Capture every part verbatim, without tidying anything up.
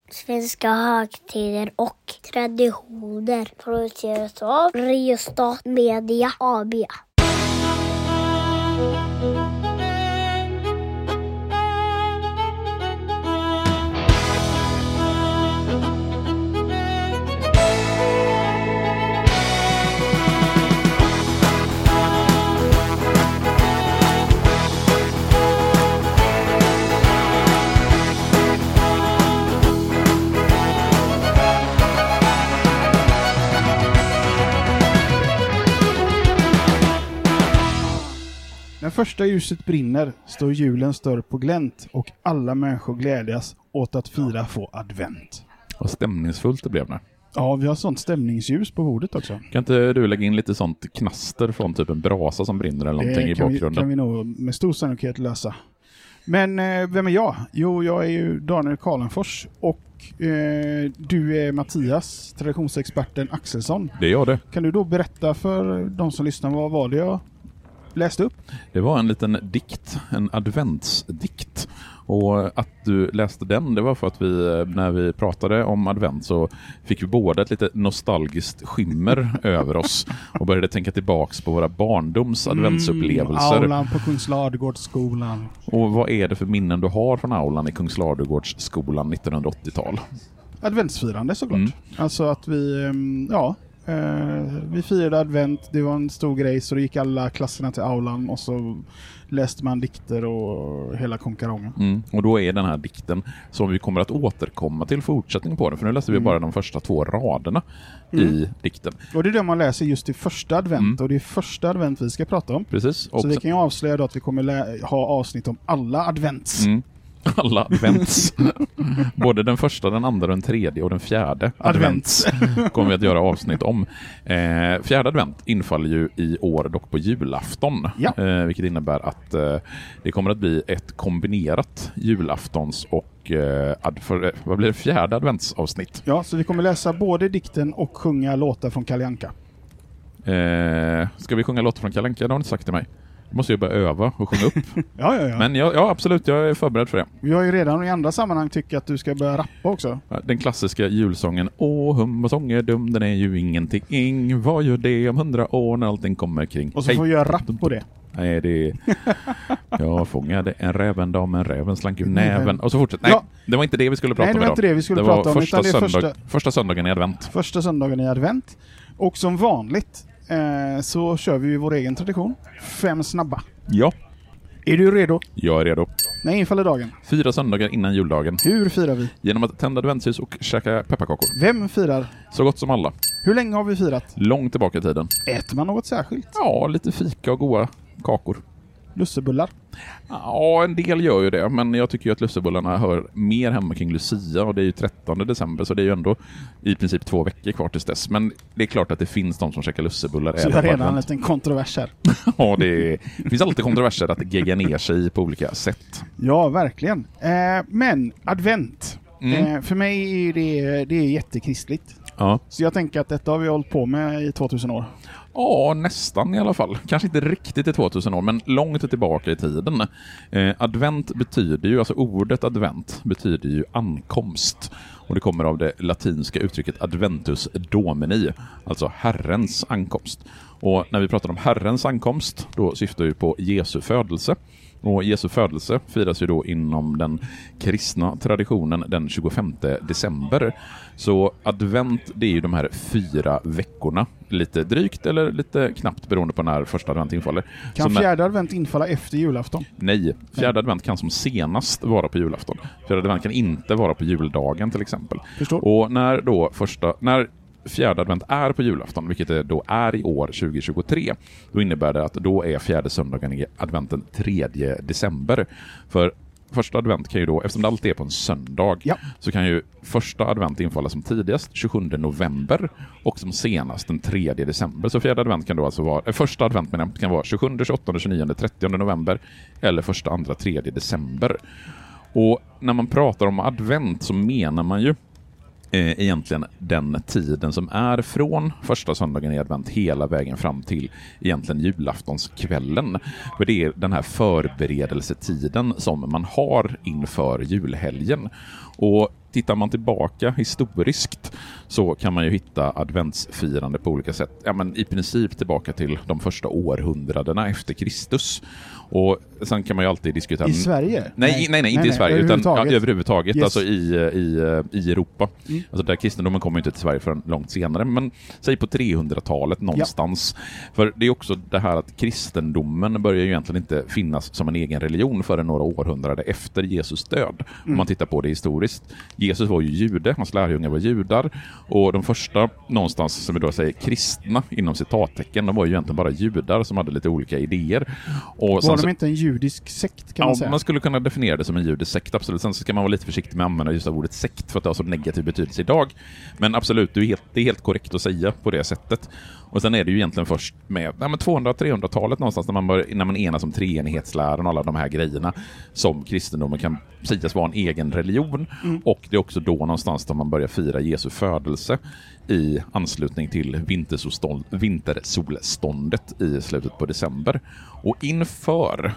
Svenska högtider och traditioner produceras av Riostat Media A B. När första ljuset brinner står julens dörr på glänt och alla människor glädjas åt att fira få advent. Vad stämningsfullt det blev nu. Ja, vi har sånt stämningsljus på bordet också. Kan inte du lägga in lite sånt knaster från typ en brasa som brinner eller någonting det i kan bakgrunden? Det kan vi nog med stor sannolikhet lösa. Men eh, vem är jag? Jo, jag är ju Daniel Karlenfors och eh, du är Mattias, traditionsexperten Axelsson. Det är jag det. Kan du då berätta för de som lyssnar vad var det jag läste upp? Det var en liten dikt, en adventsdikt. Och att du läste den, det var för att vi, när vi pratade om advent så fick vi båda ett lite nostalgiskt skimmer över oss och började tänka tillbaks på våra barndoms adventsupplevelser. Mm, aulan på Kungsladugårdsskolan. Och vad är det för minnen du har från aulan i Kungsladugårdsskolan nittonhundraåttiotal? Adventsfirande såklart. Mm. Alltså att vi, ja... Uh, vi firade advent, det var en stor grej, så då gick alla klasserna till aulan och så läste man dikter och hela konkarongen. Mm. Och då är den här dikten som vi kommer att återkomma till fortsättning på den, för nu läste vi mm. bara de första två raderna mm. i dikten. Och det är det man läser just i första advent mm. och det är första advent vi ska prata om. Precis. Och så vi kan ju avslöja då att vi kommer lä- ha avsnitt om alla advents. Mm. Alla advents. Både den första, den andra, den tredje och den fjärde advents kommer vi att göra avsnitt om. Eh, fjärde advent infaller ju i år dock på julafton. Ja. Eh, vilket innebär att eh, det kommer att bli ett kombinerat julaftons och eh, ad, för, vad blir det, fjärde adventsavsnitt. Ja, så vi kommer läsa både dikten och sjunga låtar från Kalle Anka. Eh, ska vi sjunga låtar från Kalle Anka? Det har ni inte sagt till mig. Då måste jag börja öva och sjunga upp. ja, ja, ja. Men ja, ja, absolut, jag är förberedd för det. Vi har ju redan i andra sammanhang tyckt att du ska börja rappa också. Den klassiska julsången. Åh, hum och sång är dum, den är ju ingenting. Vad gör det om hundra år när allting kommer kring? Och så får vi göra rapp på det. Nej, det är... Jag fångade en räven dag, men räven slank ur näven. Och så fortsätter. Nej, ja. Det var inte det vi skulle prata om. Nej, det var inte det vi skulle det prata om. Första, utan det söndag, första... första söndagen i advent. Första söndagen i advent. Och som vanligt eh, så kör vi vår egen tradition. Fem snabba. Ja. Är du redo? Jag är redo. När infaller dagen? Fyra söndagar innan juldagen. Hur firar vi? Genom att tända adventsljus och käka pepparkakor. Vem firar? Så gott som alla. Hur länge har vi firat? Långt tillbaka i tiden. Äter man något särskilt? Ja, lite fika och goda kakor. Lussebullar? Ja, en del gör ju det, men jag tycker ju att lussebullarna hör mer hemma kring Lucia, och det är ju trettonde december, så det är ju ändå i princip två veckor kvar tills dess. Men det är klart att det finns de som käkar lussebullar. Så det är redan en liten kontrovers här. Ja, det, är, det finns alltid kontroverser att gegga ner sig på olika sätt. Ja, verkligen. Eh, men advent, mm. eh, för mig är det, det är jättekristligt. Ja. Så jag tänker att detta har vi hållit på med i tvåtusen år. Ja, nästan i alla fall. Kanske inte riktigt i tvåtusen år, men långt tillbaka i tiden. Eh, advent betyder ju, alltså ordet advent betyder ju ankomst. Och det kommer av det latinska uttrycket adventus domini, alltså Herrens ankomst. Och när vi pratar om Herrens ankomst, då syftar vi på Jesu födelse. Och Jesu födelse firas ju då inom den kristna traditionen den tjugofemte december. Så advent, det är ju de här fyra veckorna. Lite drygt eller lite knappt beroende på när första advent infaller. Kan så fjärde när... advent infalla efter julafton? Nej, fjärde Nej. advent kan som senast vara på julafton. Fjärde advent kan inte vara på juldagen till exempel. Förstår. Och när då första... När fjärde advent är på julafton, vilket det då är i år tjugohundratjugotre, då innebär det att då är fjärde söndagen i adventen tredje december. För första advent kan ju då, eftersom det alltid är på en söndag, ja. så kan ju första advent infalla som tidigast tjugosjunde november och som senast den tredje december. Så fjärde advent kan då alltså vara, äh, första advent men kan vara tjugosjunde, tjugoåttonde, tjugonionde, trettionde november eller första, andra, tredje december. Och när man pratar om advent så menar man ju Eh, egentligen den tiden som är från första söndagen i advent hela vägen fram till egentligen julaftonskvällen. För det är den här förberedelsetiden som man har inför julhelgen. Och tittar man tillbaka historiskt så kan man ju hitta adventsfirande på olika sätt. Ja, men i princip tillbaka till de första århundradena efter Kristus. Och sen kan man ju alltid diskutera... I Sverige? Nej, nej, nej, nej inte nej, i Sverige, överhuvudtaget. utan ja, överhuvudtaget, Yes. alltså i, i, i Europa. Mm. Alltså där kristendomen kommer inte till Sverige förrän långt senare, men säg på trehundratalet någonstans. Ja. För det är också det här att kristendomen börjar ju egentligen inte finnas som en egen religion förrän några århundrade efter Jesus död. Mm. Om man tittar på det historiskt. Jesus var ju jude, hans lärjungar var judar, och de första någonstans, som vi då säger kristna inom citattecken, de var ju egentligen bara judar som hade lite olika idéer. Och var sen, de inte en judisk sekt, kan ja, man säga? Man skulle kunna definiera det som en judisk sekt, absolut. Sen så ska man vara lite försiktig med att använda just av ordet sekt för att det har så negativ betydelse idag. Men absolut, det är helt, det är helt korrekt att säga på det sättet. Och sen är det ju egentligen först med ja, tvåhundra-trehundratalet någonstans när man, bör, när man enas om treenighetsläran och alla de här grejerna som kristendomen kan sägas vara en egen religion. Mm. Och det är också då någonstans där man börjar fira Jesu födelse i anslutning till vintersolståndet i slutet på december. Och inför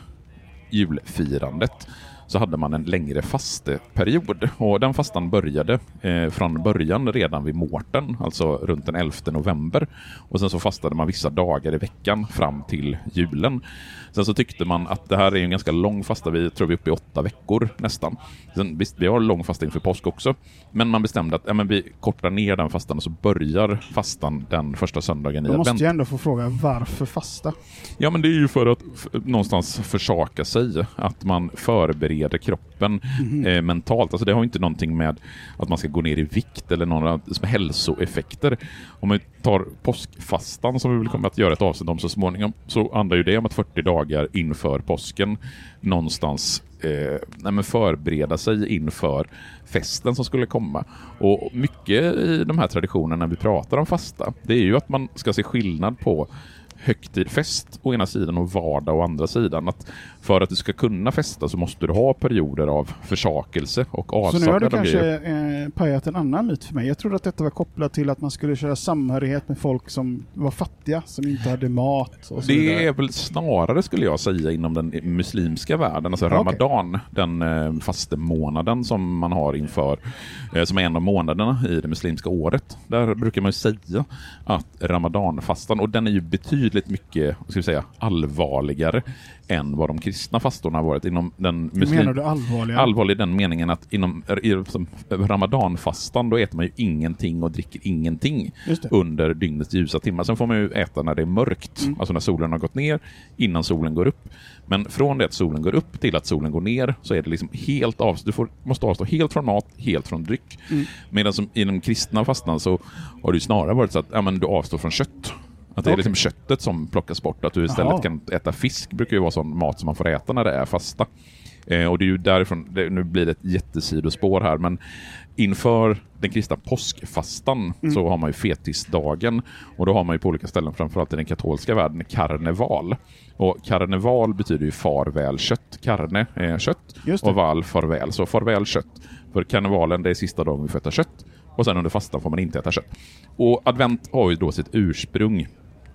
julfirandet så hade man en längre fasteperiod, och den fastan började eh, från början redan vid Mårten, alltså runt den elfte november, och sen så fastade man vissa dagar i veckan fram till julen. Sen så tyckte man att det här är en ganska lång fasta, vi tror vi är uppe i åtta veckor nästan. Sen, visst, vi har lång fasta inför påsk också, men man bestämde att ja, men vi kortar ner den fastan och så börjar fastan den första söndagen i advent. Jag måste ju ändå få fråga, varför fasta? Ja, men det är ju för att f- någonstans försaka sig, att man förbereder kroppen mm. eh, mentalt. Alltså det har inte någonting med att man ska gå ner i vikt eller några hälsoeffekter. Om man tar påskfastan, som vi vill komma att göra ett avsnitt om så småningom, så handlar ju det om att fyrtio dagar inför påsken någonstans eh, nej men förbereda sig inför festen som skulle komma. Och mycket i de här traditionerna när vi pratar om fasta, det är ju att man ska se skillnad på högtid, fest å ena sidan och vardag å andra sidan. Att för att du ska kunna festa så måste du ha perioder av försakelse och avsaknad. Så nu har du kanske eh, pajat en annan myt för mig. Jag trodde att detta var kopplat till att man skulle köra samhörighet med folk som var fattiga, som inte hade mat och så Det vidare. är väl snarare, skulle jag säga, inom den muslimska världen, alltså okay. Ramadan, den eh, faste månaden som man har inför, eh, som är en av månaderna i det muslimska året. Där brukar man ju säga att Ramadanfastan, och den är ju betydligt mycket, ska vi säga, allvarligare än vad de kristna fastorna har varit inom den muslim... Menar du allvarliga? Allvarlig i den meningen att inom som Ramadanfastan då äter man ju ingenting och dricker ingenting under dygnets ljusa timmar. Sen får man ju äta när det är mörkt, mm. alltså när solen har gått ner, innan solen går upp. Men från det att solen går upp till att solen går ner så är det liksom helt av, du får, måste avstå helt från mat, helt från dryck. Mm. Medan som i den kristna fastan så har det ju snarare varit så att ja, men du avstår från kött. Att det är liksom köttet som plockas bort. Att du istället Aha. kan äta fisk, brukar ju vara sån mat som man får äta när det är fasta. Eh, och det är ju därifrån, det, nu blir det ett jättesidospår här, men inför den kristna påskfastan mm. så har man ju fettisdagen, och då har man ju på olika ställen, framförallt i den katolska världen, karneval. Och karneval betyder ju farväl kött. Karne är kött och val farväl. Så farväl kött. För karnevalen, det är sista dagen vi får äta kött. Och sen under fastan får man inte äta kött. Och advent har ju då sitt ursprung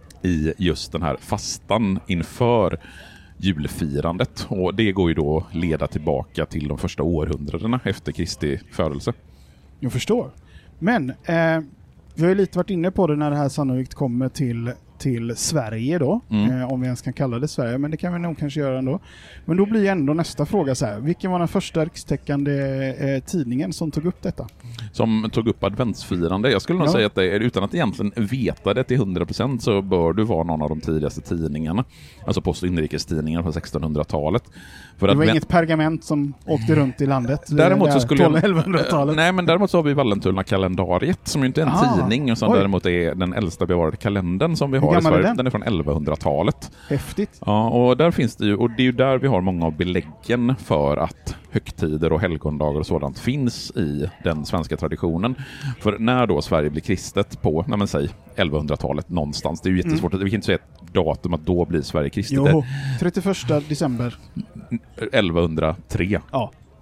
i just den här fastan inför julfirandet. Och det går ju då leda tillbaka till de första århundradena efter Kristi födelse. Jag förstår. Men eh, vi har ju lite varit inne på det när det här sannolikt kommer till, till Sverige då. Mm. Eh, om vi ens kan kalla det Sverige, men det kan vi nog kanske göra ändå. Men då blir ändå nästa fråga så här. Vilken var den första rikstäckande eh, tidningen som tog upp detta? Som tog upp adventsfirande. Jag skulle nog ja. säga att det är, utan att egentligen veta det till hundra procent, så bör du vara någon av de tidigaste tidningarna. Alltså post- och inrikestidningar på sextonhundratalet. För det var advent... inget pergament som åkte runt i landet. Däremot så skulle tolv elvahundratalet. Nej, men däremot så har vi Vallentuna kalendariet, som ju inte är en Aha, tidning, och som oj. däremot är den äldsta bevarade kalendern som vi har i Sverige. Den? den är från elvahundratalet. Häftigt. Ja, och där finns det ju, och det är ju där vi har många av beläggen för att högtider och helgondagar och sådant finns i den svenska traditionen. För när då Sverige blir kristet på, nej men säg elvahundratalet någonstans, det är ju jättesvårt, mm. vi kan inte säga ett datum att då blir Sverige kristet. Jo, trettioförsta december elvahundratre. Ja.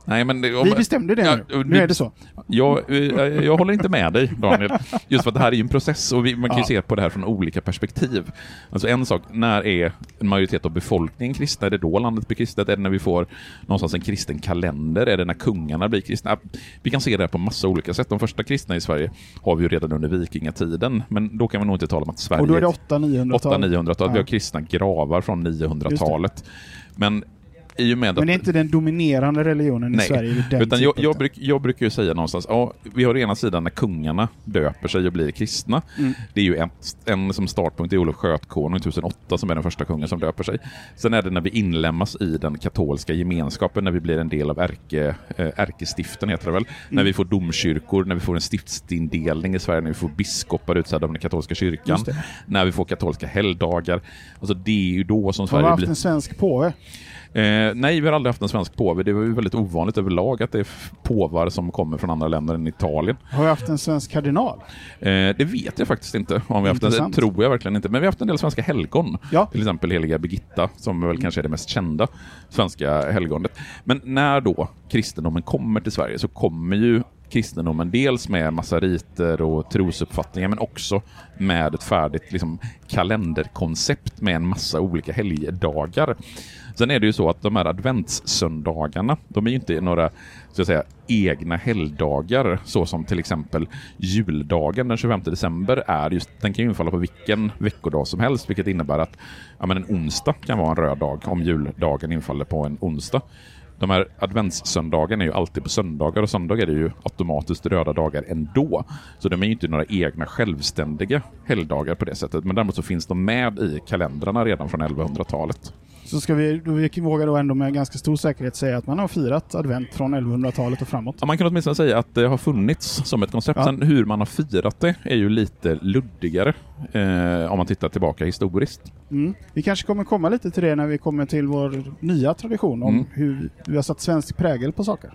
Nej, men det, om, Vi bestämde det ja, nu. Nu är det så. Jag, jag, jag håller inte med dig, Daniel. Just för att det här är ju en process och vi, man kan ju ja. se på det här från olika perspektiv. Alltså en sak, när är en majoritet av befolkningen kristna? Är det då landet blir kristet? Är det när vi får någonstans en kristen kalender? Är det när kungarna blir kristna? Vi kan se det här på massa olika sätt. De första kristna i Sverige har vi ju redan under vikingatiden. Men då kan vi nog inte tala om att Sverige... Och då är det åtta-niohundratal. åtta-niohundratal. Ja. Vi har kristna gravar från niohundratalet. Men i och med att... Men det är inte den dominerande religionen i Nej, Sverige. Den utan jag, jag, bruk, jag brukar ju säga någonstans, ja, vi har å ena sidan när kungarna döper sig och blir kristna. Mm. Det är ju en, en som startpunkt i Olof Skötkonung tusenåtta som är den första kungen som döper sig. Sen är det när vi inlämnas i den katolska gemenskapen, när vi blir en del av ärke, äh, ärkestiften heter det väl. Mm. När vi får domkyrkor, när vi får en stiftsindelning i Sverige, när vi får biskopar utsedda av den katolska kyrkan. När vi får katolska helgdagar. Alltså det är ju då som Sverige blir... Har vi haft en svensk påve? Eh, nej, vi har aldrig haft en svensk påve. Det var ju väldigt ovanligt överlag att det är påvar som kommer från andra länder än Italien. Har vi haft en svensk kardinal? Eh, det vet jag faktiskt inte. Om vi haft en, det tror jag verkligen inte. Men vi har haft en del svenska helgon. Ja. Till exempel heliga Birgitta, som väl kanske är det mest kända svenska helgonet. Men när då kristendomen kommer till Sverige så kommer ju kristendomen dels med massa riter och trosuppfattningar, men också med ett färdigt liksom, kalenderkoncept med en massa olika helgdagar. Sen är det ju så att de här adventssöndagarna, de är ju inte några så att säga, egna helgdagar, så som till exempel juldagen den tjugofemte december är. Just, den kan ju infalla på vilken veckodag som helst, vilket innebär att ja, men en onsdag kan vara en röd dag om juldagen infaller på en onsdag. De här adventssöndagen är ju alltid på söndagar, och söndagar är ju automatiskt röda dagar ändå. Så de är ju inte några egna självständiga helgdagar på det sättet. Men däremot så finns de med i kalendrarna redan från elvahundratalet. Så ska vi, då vi vågar då ändå med ganska stor säkerhet säga att man har firat advent från elvahundratalet och framåt. Ja, man kan åtminstone säga att det har funnits som ett koncept. Ja. Sen hur man har firat det är ju lite luddigare eh, om man tittar tillbaka historiskt. Mm. Vi kanske kommer komma lite till det när vi kommer till vår nya tradition om mm. hur vi har satt svensk prägel på saker.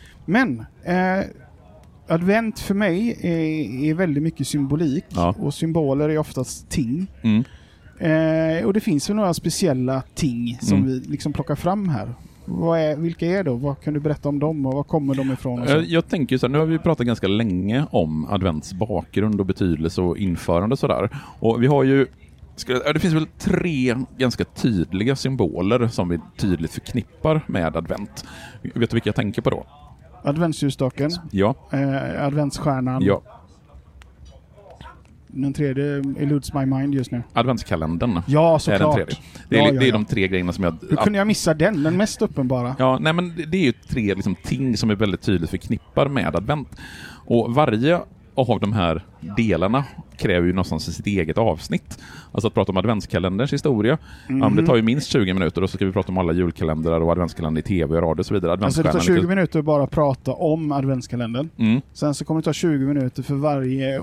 Men eh, advent för mig är, är väldigt mycket symbolik, ja. Och symboler är oftast ting. Mm. Eh, och det finns ju några speciella ting som mm. vi liksom plockar fram här. Vad är, vilka är då? Vad kan du berätta om dem och var kommer de ifrån? Och så? Jag tänker så här, nu har vi pratat ganska länge om advents bakgrund och betydelse och införande och sådär. Och vi har ju, det finns väl tre ganska tydliga symboler som vi tydligt förknippar med advent. Vet du vilka jag tänker på då? Adventsljusstaken. Ja. Eh, adventsstjärnan. Ja. Den tredje eludes my mind just nu. Adventskalendern. Ja, såklart. Är den tredje. Det är, ja, ja, ja. det är de tre grejerna som jag... Hur kunde jag missa den? Den mest uppenbara. Ja, nej men det är ju tre liksom, ting som är väldigt tydligt förknippar med advent. Och varje av de här delarna kräver ju någonstans sitt eget avsnitt. Alltså att prata om adventskalenderns historia. Mm. Ja, det tar ju minst tjugo minuter, och så ska vi prata om alla julkalendrar och adventskalender i tv och radio och så vidare. Alltså det tar tjugo minuter bara att prata om adventskalendern. Mm. Sen så kommer det ta tjugo minuter för varje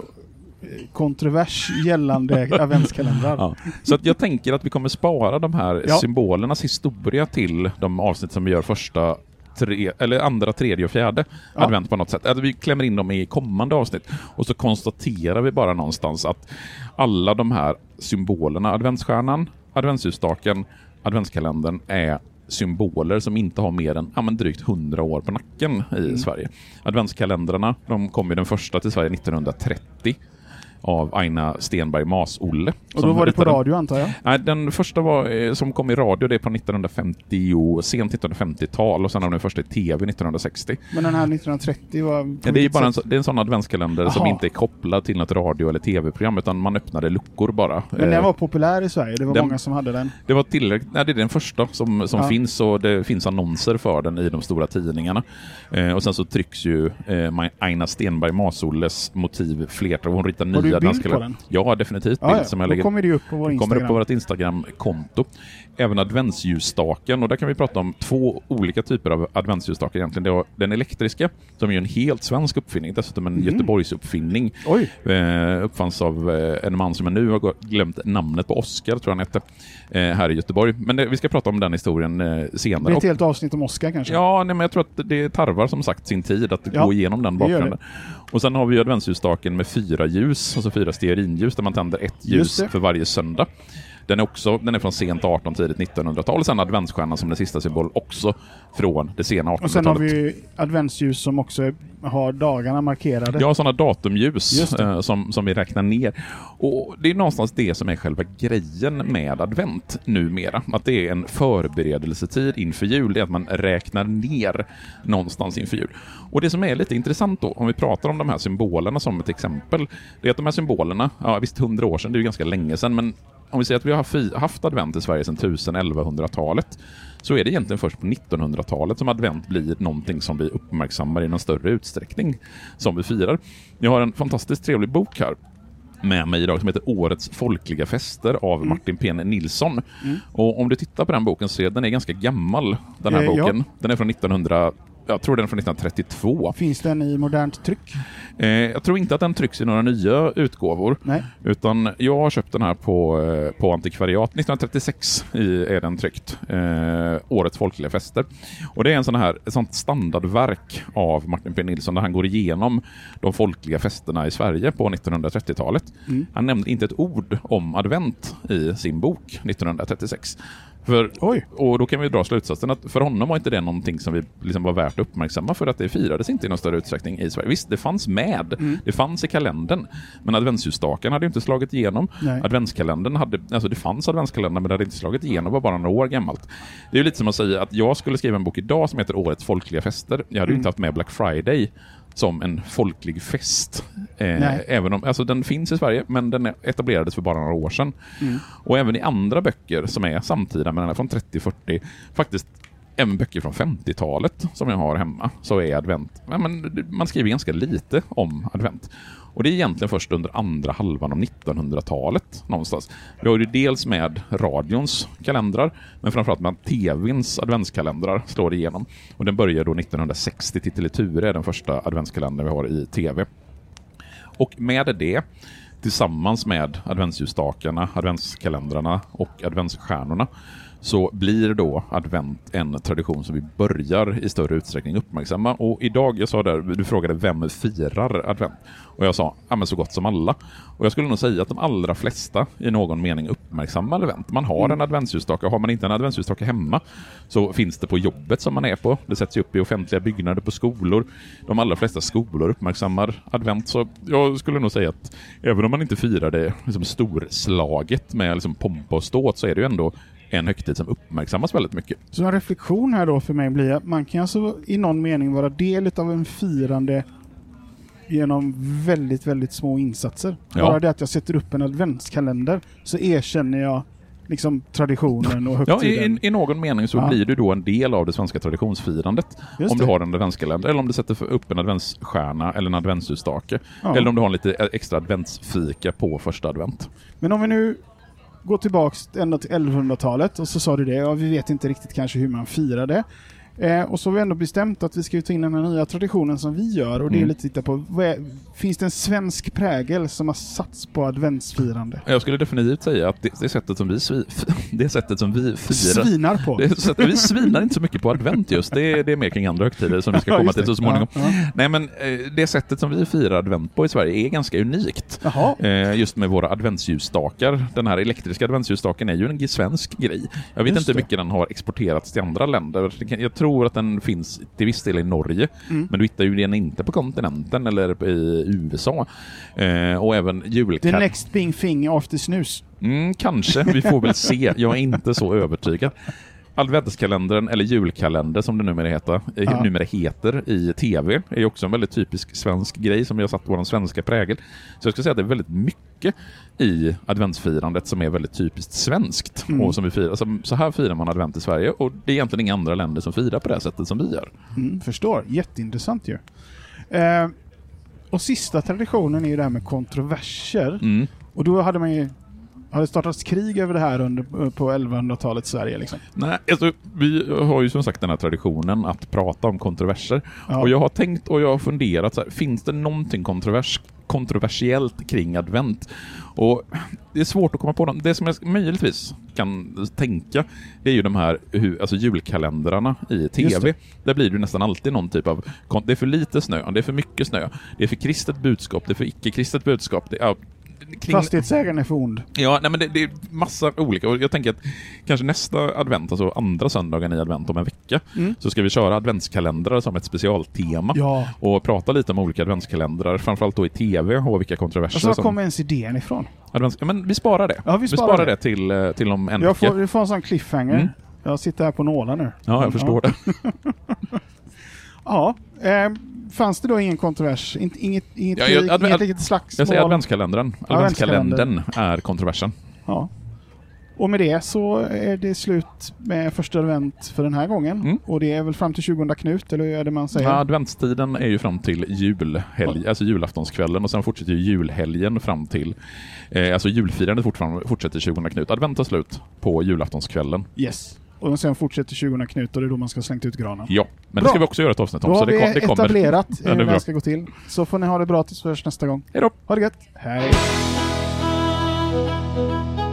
kontrovers gällande adventskalendrar. Ja. Så att jag tänker att vi kommer spara de här ja. symbolernas historia till de avsnitt som vi gör första tre, eller andra, tredje och fjärde ja. advent på något sätt. Att vi klämmer in dem i kommande avsnitt, och så konstaterar vi bara någonstans att alla de här symbolerna, adventsstjärnan, adventsljusstaken, adventskalendern, är symboler som inte har mer än ja, men drygt hundra år på nacken i mm. Sverige. Adventskalendrarna, de kom ju den första till Sverige nittonhundratrettio av Aina Stenberg Mas-Olle. Och då var det på radio antar jag? Nej, den första var, som kom i radio, det är på nittonhundrafemtio, sent nittonhundrafemtiotal, och sen har den första i tv nittonhundrasextio. Men den här nittonhundratrettio var... Ja, det är ju bara en, det är en sån adventskalender Aha. som inte är kopplad till något radio- eller tv-program, utan man öppnade luckor bara. Men den var populär i Sverige, det var den, många som hade den. Det var tillräckligt, nej, det är den första som, som ja. finns, och det finns annonser för den i de stora tidningarna. Eh, och sen så trycks ju eh, Aina Stenberg Mas-Olles motiv flertal, hon ritar nya bild på den? Ja, definitivt. Bild ja, ja. Som jag lägger, kommer det upp på vår Instagram. kommer upp på vårt Instagram-konto. Även adventsljusstaken, och där kan vi prata om två olika typer av adventsljusstakar egentligen. Det är den elektriska, som är en helt svensk uppfinning, dessutom en mm. Göteborgs uppfinning. Oj. Eh, uppfanns av eh, en man som jag nu har glömt namnet på, Oscar tror jag han hette, eh, här i Göteborg. Men det, vi ska prata om den historien eh, senare. Det är ett helt avsnitt om Oscar kanske? Ja, nej, men jag tror att det tarvar som sagt sin tid att ja, gå igenom den bakgrunden. Och sen har vi adventsljusstaken med fyra ljus, alltså fyra stearinljus där man tänder ett ljus för varje söndag. Den är också den är från sent artonhundra tidigt nittonhundratal, och sen adventsstjärnan som den sista symbol också från det sena artonhundratalet. Och sen har vi adventsljus som också är, har dagarna markerade. Ja, sådana datumljus eh, som, som vi räknar ner. Och det är någonstans det som är själva grejen med advent numera. Att det är en förberedelsetid inför jul. Det är att man räknar ner någonstans inför jul. Och det som är lite intressant då, om vi pratar om de här symbolerna som ett exempel, det är att de här symbolerna, ja visst hundra år sedan, det är ju ganska länge sedan, men om vi säger att vi har haft advent i Sverige sedan tusen-elvahundratalet, så är det egentligen först på nittonhundratalet som advent blir någonting som vi uppmärksammar i någon större utsträckning som vi firar. Jag har en fantastiskt trevlig bok här med mig idag som heter Årets folkliga fester av mm. Martin P. Nilsson. Mm. Och om du tittar på den boken så är den är ganska gammal, den här eh, boken. Ja. Den är från nittonhundra, jag tror den är från nittonhundratrettiotvå. Finns den i modernt tryck? Eh, jag tror inte att den trycks i några nya utgåvor. Nej. Utan jag har köpt den här på, eh, på antikvariat. nittonhundratrettiosex i, är den tryckt. Eh, Årets folkliga fester. Och det är en sån här, ett sånt standardverk av Martin P. Nilsson där han går igenom de folkliga festerna i Sverige på nittonhundratrettiotalet. Mm. Han nämnde inte ett ord om advent i sin bok nittonhundratrettiosex. För, Oj. Och då kan vi dra slutsatsen att för honom var inte det någonting som vi liksom var värt att uppmärksamma, för att det firades inte i någon större utsträckning i Sverige. Visst, det fanns med. Mm. Det fanns i kalendern. Men adventsljusstaken hade inte slagit igenom. Nej. Adventskalendern hade, alltså det fanns adventskalendern, men det hade inte slagit igenom, var bara några år gammalt. Det är ju lite som att säga att jag skulle skriva en bok idag som heter Årets folkliga fester. Jag hade ju mm. inte haft med Black Friday som en folklig fest. Eh, även om, alltså den finns i Sverige, men den etablerades för bara några år sedan. Mm. Och även i andra böcker som är samtida, men den är från trettio fyrtio, faktiskt även böcker från femtiotalet som jag har hemma, så är advent. Ja, men man skriver ganska lite om advent. Och det är egentligen först under andra halvan av nittonhundratalet någonstans. Vi har ju dels med radions kalendrar, men framförallt med tvns adventskalendrar slår det igenom. Och den börjar då nittonhundrasextio, Titteleture är den första adventskalendern vi har i tv. Och med det, tillsammans med adventsljusstakarna, adventskalendrarna och adventsstjärnorna, så blir då advent en tradition som vi börjar i större utsträckning uppmärksamma. Och idag, jag sa där, du frågade vem firar advent? Och jag sa, ja men så gott som alla. Och jag skulle nog säga att de allra flesta i någon mening uppmärksammar advent. Man har en adventsljusstake. Har man inte en adventsljusstake hemma så finns det på jobbet som man är på. Det sätts upp i offentliga byggnader, på skolor. De allra flesta skolor uppmärksammar advent. Så jag skulle nog säga att även om man inte firar det liksom storslaget med liksom pompa och ståt, så är det ju ändå en högtid som uppmärksammas väldigt mycket. Så en reflektion här då för mig blir att man kan alltså i någon mening vara del av en firande genom väldigt, väldigt små insatser. Ja. Bara det att jag sätter upp en adventskalender så erkänner jag liksom traditionen och högtiden. Ja, i, i någon mening så ja. blir du då en del av det svenska traditionsfirandet. Just om det. Du har en adventskalender, eller om du sätter upp en adventsstjärna eller en adventsljusstake. Ja. Eller om du har en lite extra adventsfika på första advent. Men om vi nu gå tillbaks ända till elvahundratalet och så sa du det, ja, vi vet inte riktigt kanske hur man firar det. Eh, och så har vi ändå bestämt att vi ska ta in den här nya traditionen som vi gör, och det är mm. lite titta på, är, finns det en svensk prägel som har satts på adventsfirande? Jag skulle definitivt säga att det, det sättet som vi svi, det sättet som vi firar svinar på. Det sättet, vi svinar inte så mycket på advent just. Det är, det är mer kring andra högtider som vi ska komma ja, till så småningom. Ja, ja. Nej, men eh, det sättet som vi firar advent på i Sverige är ganska unikt. Eh, just med våra adventsljusstakar. Den här elektriska adventsljusstaken är ju en svensk grej. Jag vet just inte hur mycket den har exporterats till andra länder. Jag tror tror att den finns till viss del i Norge, mm. men du hittar ju den inte på kontinenten eller i U S A. Eh, och även julkalendern. The next big thing after snus. Mm, kanske, vi får väl se. Jag är inte så övertygad. Adventskalendern eller julkalender som det numera heter, ja. numera heter i tv är ju också en väldigt typisk svensk grej som vi har satt på den svenska prägel. Så jag ska säga att det är väldigt mycket i adventsfirandet som är väldigt typiskt svenskt mm. och som vi firar. Så, så här firar man advent i Sverige, och det är egentligen inga andra länder som firar på det sättet som vi gör. Mm, förstår, jätteintressant ju. Eh, och sista traditionen är ju det här med kontroverser. Mm. Och då hade man ju Har det startats krig över det här under, på elvahundratalet i Sverige? Liksom? Nej, alltså, vi har ju som sagt den här traditionen att prata om kontroverser. Ja. Och jag har tänkt och jag har funderat, så här, finns det någonting kontrovers, kontroversiellt kring advent? Och det är svårt att komma på dem. Det som jag möjligtvis kan tänka är ju de här alltså julkalendrarna i tv. Där blir det nästan alltid någon typ av, det är för lite snö, det är för mycket snö, det är för kristet budskap, det är för icke-kristet budskap. Det är, kring... Fastighetsägaren är för ond. Ja, nej, men det, det är massa olika. Och jag tänker att kanske nästa advent, alltså andra söndagen i advent om en vecka, mm. så ska vi köra adventskalendrar som ett specialtema. Ja. Och prata lite om olika adventskalendrar, framförallt då i tv och vilka kontroverser. Alltså, var som... kommer ens idén ifrån? Advents... Ja, men vi sparar det. Ja, vi sparar, vi sparar det. det till, till om en jag vecka. får, vi får en sån cliffhanger. Mm. Jag sitter här på nålar nu. Ja, jag förstår ja. det. ja, eh, fanns det då ingen kontrovers? Inget, inget, inget, ja, jag, adv- inget litet slagsmål? Jag säger adventskalendern. Adventskalendern är kontroversen. Ja. Och med det så är det slut med första advent för den här gången. Mm. Och det är väl fram till tjugonde Knut, eller hur är det man säger? Ja, adventstiden är ju fram till julhelg, ja. alltså julaftonskvällen. Och sen fortsätter ju julhelgen fram till... Eh, alltså julfirandet fortfarande fortsätter tjugonde Knut. Advent tar slut på julaftonskvällen. Yes. Och sen fortsätter tjugonde Knut och det är då man ska slängt ut granen. Ja, men bra. Det ska vi också göra ett avsnitt om. Då så har det, vi kom, det kommer. etablerat ja, hur det ska gå till. Så får ni ha det bra tills först nästa gång. Hej då! Ha det gött! Hej!